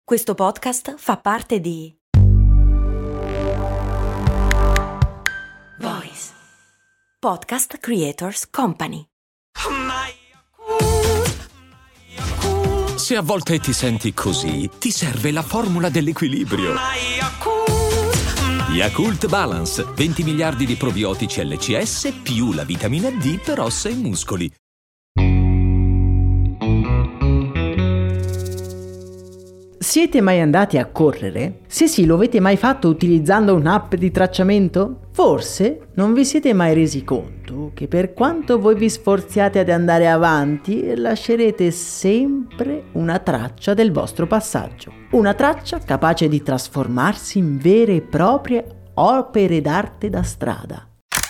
Questo podcast fa parte di Voice Podcast Creators Company. Se a volte ti senti così, ti serve la formula dell'equilibrio. Yakult Balance, 20 miliardi di probiotici LCS più la vitamina D per ossa e muscoli. Siete mai andati a correre? Se sì, lo avete mai fatto utilizzando un'app di tracciamento? Forse non vi siete mai resi conto che per quanto voi vi sforziate ad andare avanti, lascerete sempre una traccia del vostro passaggio. Una traccia capace di trasformarsi in vere e proprie opere d'arte da strada.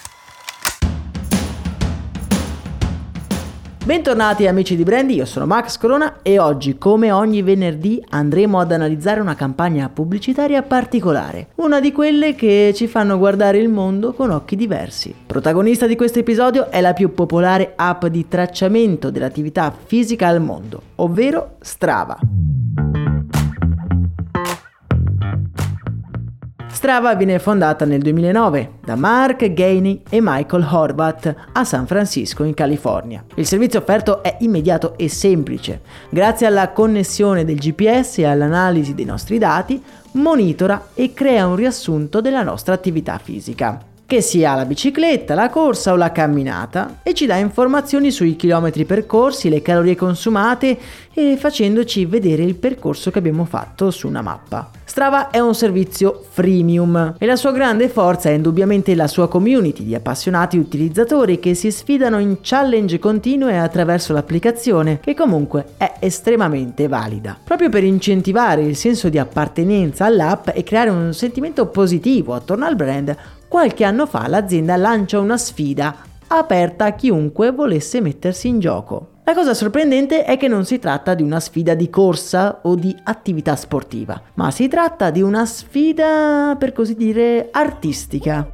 Bentornati amici di Brandy, io sono Max Corona e oggi, come ogni venerdì, andremo ad analizzare una campagna pubblicitaria particolare, una di quelle che ci fanno guardare il mondo con occhi diversi. Protagonista di questo episodio è la più popolare app di tracciamento dell'attività fisica al mondo, ovvero Strava. Strava viene fondata nel 2009 da Mark Gainey e Michael Horvath a San Francisco in California. Il servizio offerto è immediato e semplice. Grazie alla connessione del GPS e all'analisi dei nostri dati, monitora e crea un riassunto della nostra attività fisica, che sia la bicicletta, la corsa o la camminata, e ci dà informazioni sui chilometri percorsi, le calorie consumate e facendoci vedere il percorso che abbiamo fatto su una mappa. Strava è un servizio freemium e la sua grande forza è indubbiamente la sua community di appassionati utilizzatori che si sfidano in challenge continue attraverso l'applicazione, che comunque è estremamente valida. Proprio per incentivare il senso di appartenenza all'app e creare un sentimento positivo attorno al brand, qualche anno fa l'azienda lancia una sfida aperta a chiunque volesse mettersi in gioco. La cosa sorprendente è che non si tratta di una sfida di corsa o di attività sportiva, ma si tratta di una sfida, per così dire, artistica.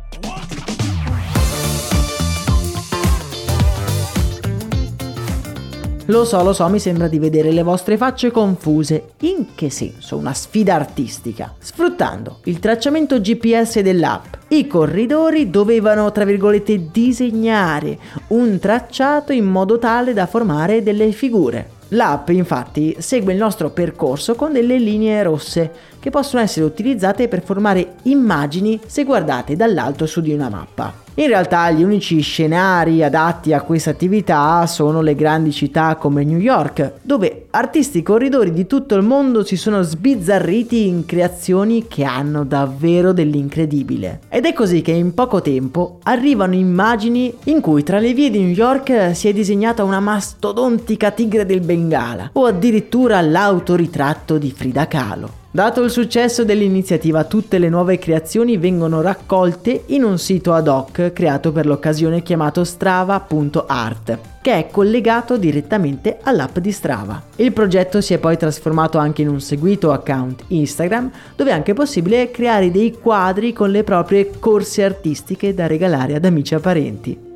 Lo so, mi sembra di vedere le vostre facce confuse. In che senso una sfida artistica? Sfruttando il tracciamento GPS dell'app, i corridori dovevano, tra virgolette, disegnare un tracciato in modo tale da formare delle figure. L'app infatti segue il nostro percorso con delle linee rosse che possono essere utilizzate per formare immagini se guardate dall'alto su di una mappa. In realtà gli unici scenari adatti a questa attività sono le grandi città come New York, dove artisti corridori di tutto il mondo si sono sbizzarriti in creazioni che hanno davvero dell'incredibile. Ed è così che in poco tempo arrivano immagini in cui tra le vie di New York si è disegnata una mastodontica tigre del Bengala o addirittura l'autoritratto di Frida Kahlo. Dato il successo dell'iniziativa, tutte le nuove creazioni vengono raccolte in un sito ad hoc creato per l'occasione chiamato strava.art, che è collegato direttamente all'app di Strava. Il progetto si è poi trasformato anche in un seguito account Instagram, dove è anche possibile creare dei quadri con le proprie corse artistiche da regalare ad amici e parenti.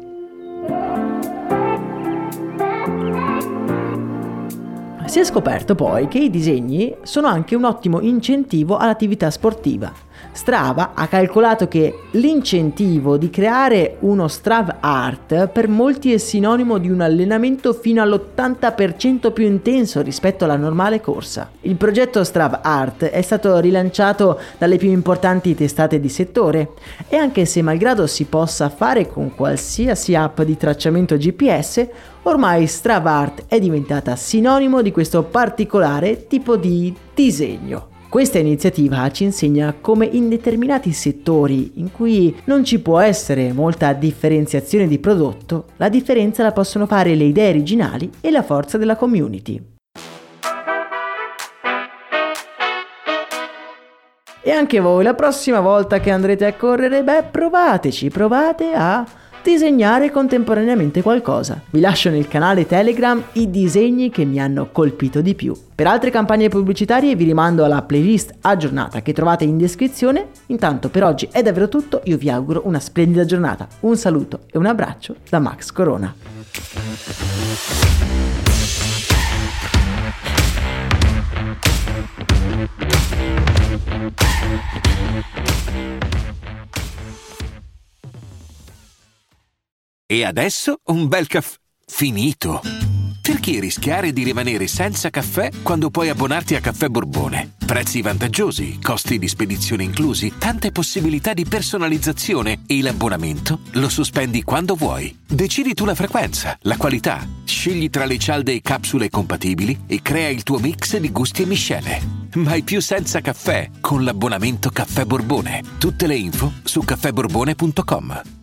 Si è scoperto poi che i disegni sono anche un ottimo incentivo all'attività sportiva. Strava ha calcolato che l'incentivo di creare uno Strava Art per molti è sinonimo di un allenamento fino all'80% più intenso rispetto alla normale corsa. Il progetto Strava Art è stato rilanciato dalle più importanti testate di settore e anche se malgrado si possa fare con qualsiasi app di tracciamento GPS, ormai Strava Art è diventata sinonimo di questo particolare tipo di disegno. Questa iniziativa ci insegna come in determinati settori in cui non ci può essere molta differenziazione di prodotto, la differenza la possono fare le idee originali e la forza della community. E anche voi, la prossima volta che andrete a correre, provate a disegnare contemporaneamente qualcosa. Vi lascio nel canale Telegram i disegni che mi hanno colpito di più. Per altre campagne pubblicitarie vi rimando alla playlist aggiornata che trovate in descrizione. Intanto per oggi è davvero tutto, io vi auguro una splendida giornata. Un saluto e un abbraccio da Max Corona. E adesso un bel caffè finito. Perché rischiare di rimanere senza caffè quando puoi abbonarti a Caffè Borbone? Prezzi vantaggiosi, costi di spedizione inclusi, tante possibilità di personalizzazione e l'abbonamento lo sospendi quando vuoi. Decidi tu la frequenza, la qualità, scegli tra le cialde e capsule compatibili e crea il tuo mix di gusti e miscele. Mai più senza caffè con l'abbonamento Caffè Borbone. Tutte le info su caffèborbone.com.